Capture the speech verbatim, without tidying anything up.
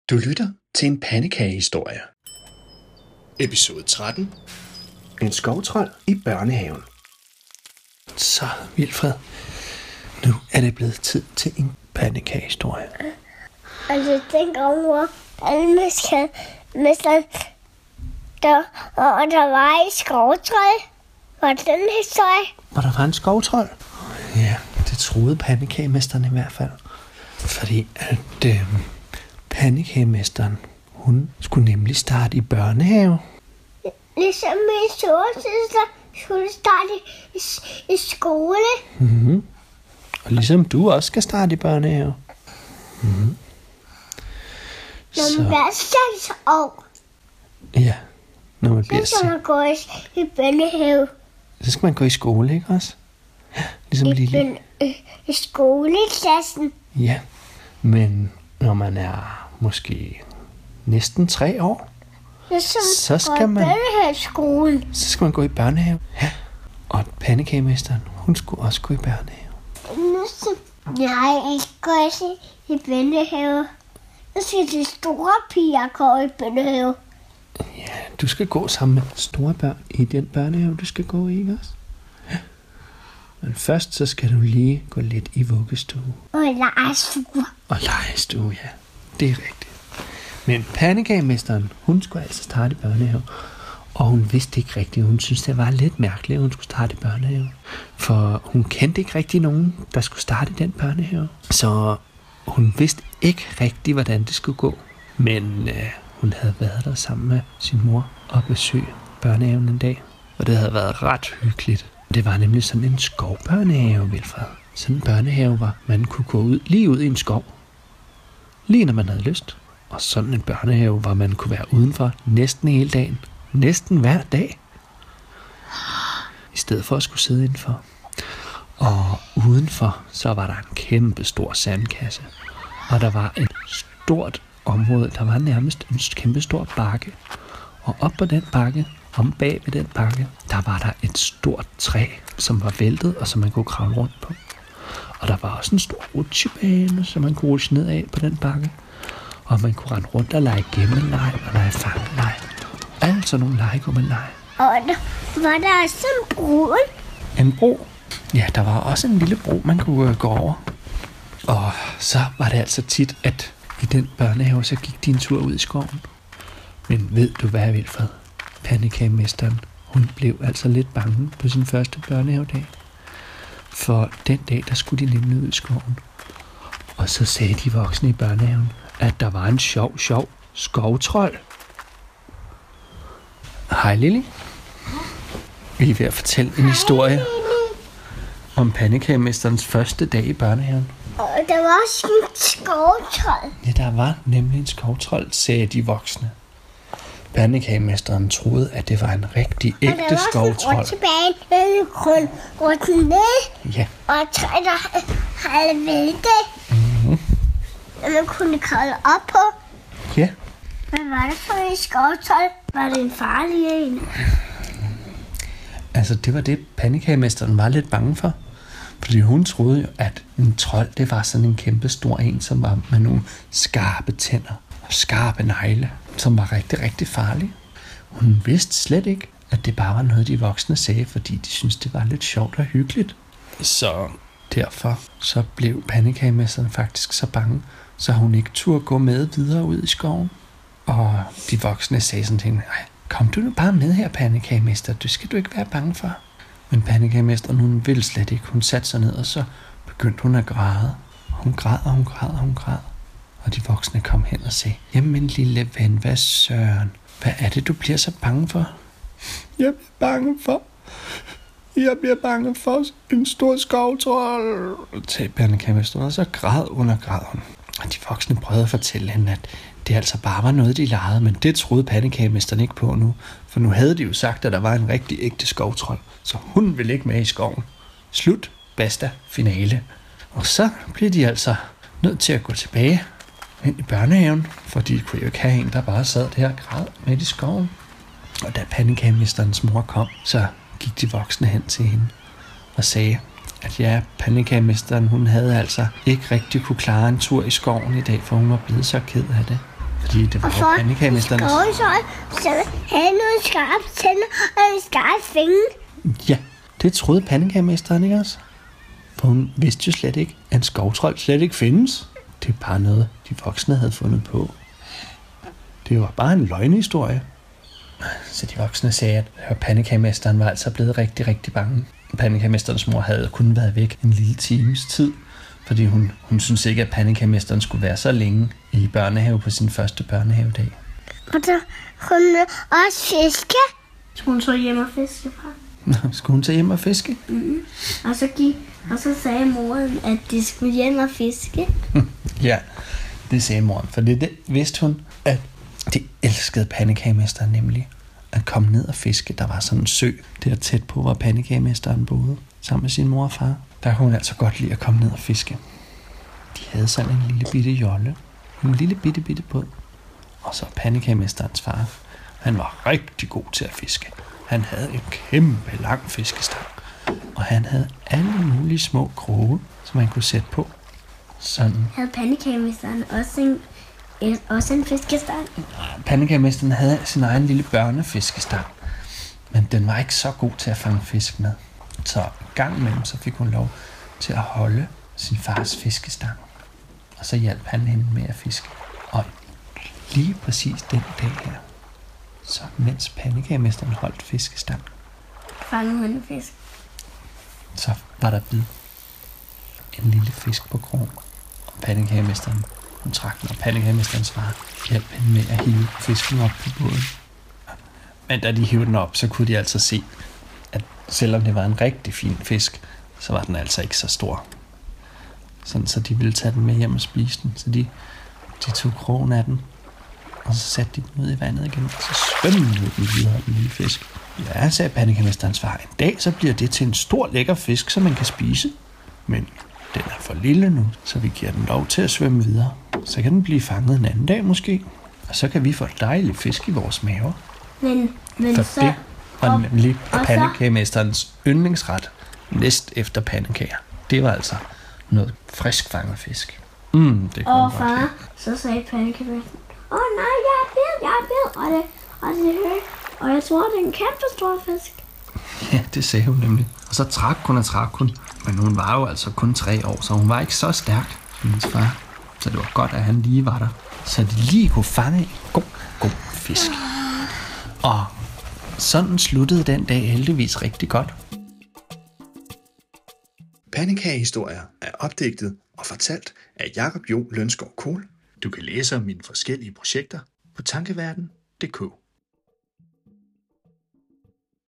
Du lytter til en pandekagehistorie. Episode tretten. En skovtrold i børnehaven. Så, Vilfred, nu er det blevet tid til en pandekagehistorie. Altså, den gang, hvor almesteren, der, og der var et skovtrold. Var det den historie? Hvor der var en skovtrold? Ja, det troede pandekagemesteren i hvert fald. Fordi at øh, pandekagemesteren, hun skulle nemlig starte i børnehave. Ligesom min storesøster skulle starte i, i skole. Mm-hmm. Og ligesom du også skal starte i børnehave. Mm-hmm. Når man bliver seks år, Ja, når man bliver så skal man gå i, i børnehave. så skal man gå i skole, ikke også? Ja, ligesom I, Lille. ben, i, i skoleklassen. Ja, men når man er måske næsten tre år, Ligesom Så skal går i man- børnehaveskolen. så skal man gå i børnehave. Ja, og pandekagemesteren, hun skulle også gå i børnehave. Ligesom jeg ikke går i, i børnehave. Nu skal de store piger gå i børnehave. Ja, du skal gå sammen med store børn i den børnehave, du skal gå i, ikke også? Ja. Men først så skal du lige gå lidt i vuggestue. Og legestue. Og legestue, ja. Det er rigtigt. Men pandekagemesteren, hun skulle altså starte i børnehave. Og hun vidste ikke rigtigt. Hun syntes, det var lidt mærkeligt, at hun skulle starte i børnehave. For hun kendte ikke rigtig nogen, der skulle starte i den børnehave. Så hun vidste ikke rigtigt, hvordan det skulle gå. Men øh, hun havde været der sammen med sin mor og besøgt børnehaven en dag. Og det havde været ret hyggeligt. Det var nemlig sådan en skovbørnehave, Vilfred. Sådan en børnehave, hvor man kunne gå ud, lige ud i en skov. Lige når man havde lyst. Og sådan en børnehave, hvor man kunne være udenfor næsten hele dagen. Næsten hver dag. I stedet for at skulle sidde indenfor. Og udenfor, så var der en kæmpe stor sandkasse. Og der var et stort område. Der var nærmest en kæmpe stor bakke. Og op på den bakke, om bag ved den bakke, der var der et stort træ, som var væltet, og som man kunne kravle rundt på. Og der var også en stor rutsjebane, som man kunne rutsche ned af på den bakke. Og man kunne rende rundt og lege gemmeleg og lege fangeleg. Alt sådan nogle lege kunne man lege. Og der var der også en brud. En bro. Ja, der var også en lille bro, man kunne øh, gå over. Og så var det altså tit, at i den børnehave, så gik de en tur ud i skoven. Men ved du hvad, Vilfred? Pandekagemesteren, hun blev altså lidt bange på sin første børnehavedag. For den dag, der skulle de nemlig ud i skoven. Og så sagde de voksne i børnehaven, at der var en sjov, sjov skovtrold. Hej Lili. Vi er ved at fortælle en historie om pandekagemesterens første dag i børnehaven. Og der var også en skovtrold. Ja, der var nemlig en skovtrold, sagde de voksne. Pandekagemesteren troede, at det var en rigtig ægte Og der var også en skovtrold. rutsjebane, med grøn rundt ned. Ja, Og et træ, der havde væltet. Mhm. Og man kunne kravle op på. ja. Hvad var det for en skovtrold? Var det en farlig en? Altså, det var det, pandekagemesteren var lidt bange for. Fordi hun troede jo, at en trold, det var sådan en kæmpe stor en, som var med nogle skarpe tænder og skarpe negle, som var rigtig, rigtig farlig. Hun vidste slet ikke, at det bare var noget, de voksne sagde, fordi de syntes, det var lidt sjovt og hyggeligt. Så derfor så blev pandekagemesteren faktisk så bange, så hun ikke turde gå med videre ud i skoven. Og de voksne sagde sådan ting, nej, kom du nu bare med her, pandekagemester, det skal du ikke være bange for. Men pandekagemesteren, hun ville slet ikke. Hun satte sig ned, og så begyndte hun at græde. Hun græd, og hun græd, og hun græd. Og de voksne kom hen og sagde, jamen lille ven, hvad søren? Hvad er det, du bliver så bange for? Jeg bliver bange for... Jeg bliver bange for en stor skovtrold, sagde pandekagemesteren, og så græd hun og græd hun. Og de voksne prøvede at fortælle hende, at det altså bare var noget, de legede, men det troede pandekagemesteren ikke på nu. For nu havde de jo sagt, at der var en rigtig ægte skovtrold, så hun ville ikke med i skoven. Slut, basta, finale. Og så blev de altså nødt til at gå tilbage ind i børnehaven, for de kunne jo ikke have en, der bare sad der og græd midt i skoven. Og da pandekagemesterens mor kom, så gik de voksne hen til hende og sagde, at ja, pandekagemesteren, hun havde altså ikke rigtig kunne klare en tur i skoven i dag, for hun var blevet så ked af det. Fordi det var Og jo for pandekagemesterens... skovsøj, så havde nogle skarpe tænder og en skarp finger. Ja, det troede pandekagemesterens, ikke også? For hun vidste jo slet ikke, at en skovtrold slet ikke findes. Det er bare noget, de voksne havde fundet på. Det var bare en løgnehistorie. Så de voksne sagde, at pandekagemesteren var altså blevet rigtig, rigtig bange. Pandekagemesterens mor havde kun været væk en lille times tid, fordi hun, hun syntes ikke, at pandekagemesteren skulle være så længe i børnehave på sin første børnehavedag. Og så hun også fiske. Skulle hun så hjem og fiske fra? Skulle hun tage hjem og fiske? Mm-hmm. Og, så gik, og så sagde moren, at de skulle hjem og fiske. Ja, det sagde moren, for det, det vidste hun, at de elskede pandekagemesteren nemlig. At komme ned og fiske. Der var sådan en sø der tæt på, hvor pandekagemesteren boede, sammen med sin mor og far. Der kunne hun altså godt lide at komme ned og fiske. De havde sådan en lille bitte jolle. En lille bitte bitte båd. Og så pandekagemesterens far. Han var rigtig god til at fiske. Han havde en kæmpe lang fiskestang. Og han havde alle mulige små kroge, som man kunne sætte på. Sådan. Havde pandekagemesteren også en, også en fiskestang? Pandekagemesteren havde sin egen lille børnefiskestang. Men den var ikke så god til at fange fisk med. Så gang imellem så fik hun lov til at holde sin fars fiskestang. Og så hjalp han hende med at fiske. Og lige præcis den dag her, så mens pandekagemesteren holdt fiskestang, fangede hun en fisk. Så var der blevet en lille fisk på krogen. Og pandekagemesteren, hun trak den, og pandekagemesterens far hjalp hende med at hive fisken op på båden. Men da de hivede den op, så kunne de altså se, at selvom det var en rigtig fin fisk, så var den altså ikke så stor. Sådan, så de ville tage den med hjem og spise den. Så de, de tog krogen af den, og så satte de den ud i vandet igen, og så svømmede den videre, den lille fisk. Ja, sagde pandekagemesterens far, en dag så bliver det til en stor lækker fisk, som man kan spise. Men den er for lille nu, så vi giver den lov til at svømme videre. Så kan den blive fanget en anden dag måske, og så kan vi få dejlig fisk i vores maver. Men, men for så... det var nemlig og pandekagemesterens yndlingsret næst efter pandekager. Det var altså noget frisk fanget fisk. Mm, det kunne og godt far, lide. så sagde pandekagemesteren, åh oh, nej, jeg er bid, jeg er bid, og det, og det hører, og jeg tror, det er en kæmpe stor fisk. Ja, det sagde hun nemlig. Og så trak hun og trak hun. Men hun var jo altså kun tre år, så hun var ikke så stærk som hendes far. Så det var godt, at han lige var der. Så de lige kunne fange en god, god fisk. Og sådan sluttede den dag heldigvis rigtig godt. Pandekagehistorier er opdigtet og fortalt af Jakob Jo Lønskov Kohl. Du kan læse om mine forskellige projekter på tankeverden punktum d k.